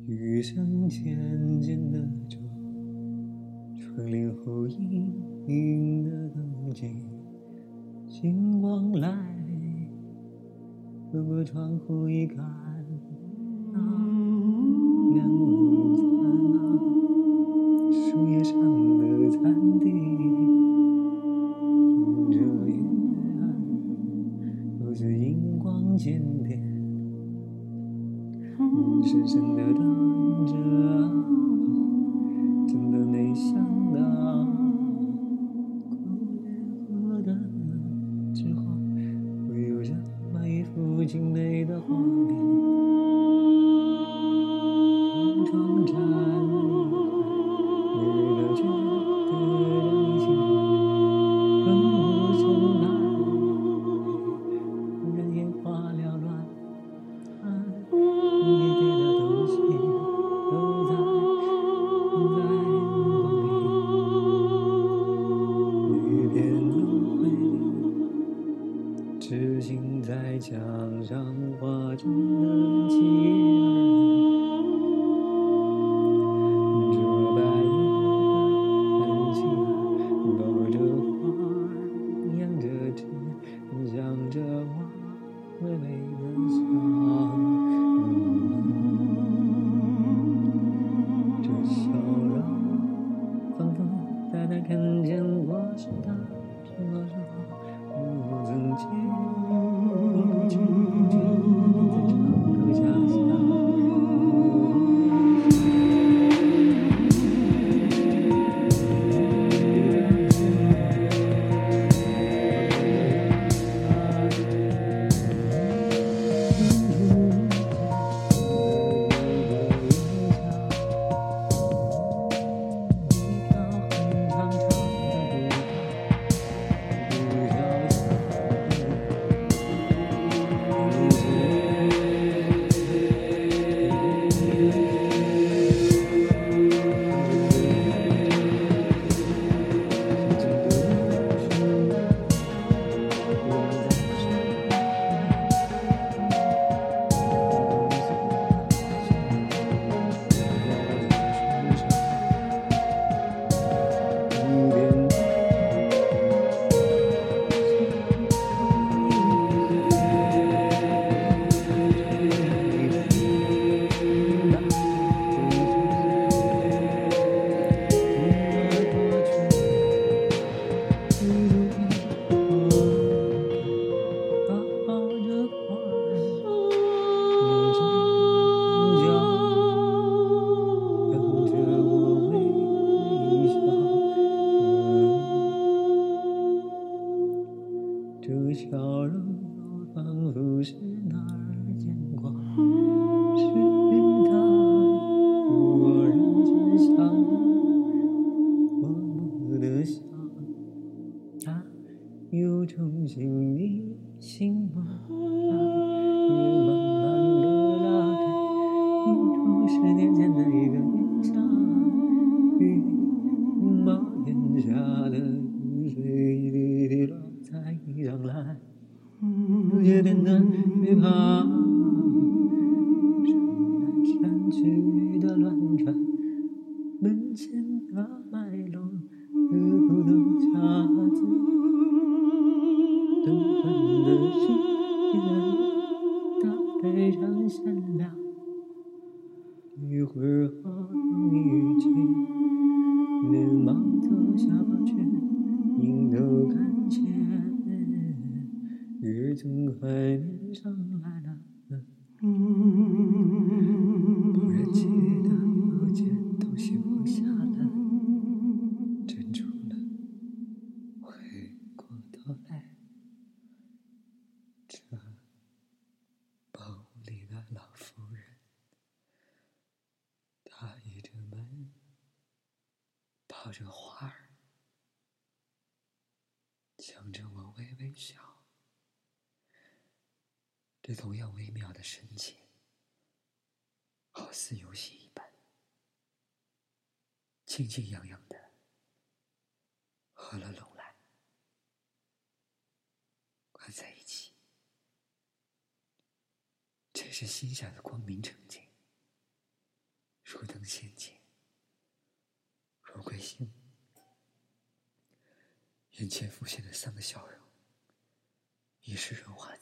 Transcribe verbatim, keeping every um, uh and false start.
雨声渐渐的走，窗帘后隐隐的灯镜，星光来，透过窗户一看啊，亮午餐啊，树叶上的残滴，听着月儿，都是荧光渐点，深深的等着，真的没想到，过了的之后，会有这么一幅精美的画面。当窗站了一会，微微的觉得让一切更不曾来，忽然眼花缭乱，一点点的东西都在都在阳光里，雨边轮回，痴心在墙上画着的记儿。想着我微微的笑，这笑容仿佛在他看见过时的什么时候不曾见，我不知不觉地在窗口下想。这笑容仿佛是哪儿见过，是他忽然间想，默默地想，他又重新迷醒了，越慢慢地拉开，映出十年前的一个印象，羽毛檐下的雨水一滴滴落在衣裳栏，有些变得害怕，闪来闪去的乱转，门前的麦垄和葡萄架子，灯光的心变得非常闪亮，一会儿好雨季，连忙走下去，迎头看见，雨从海面上来了，不然记得有件东西往下了，珍珠了，回过头来，这包里的老妇人打倚着门，抱着花儿，向着我微微笑，这同样微妙的神情，好似游戏一般，轻轻扬扬的合了拢来，关在一起。这是心下的光明澄净， 如灯仙境，若归心。眼前浮现的三个笑容，已是人寰。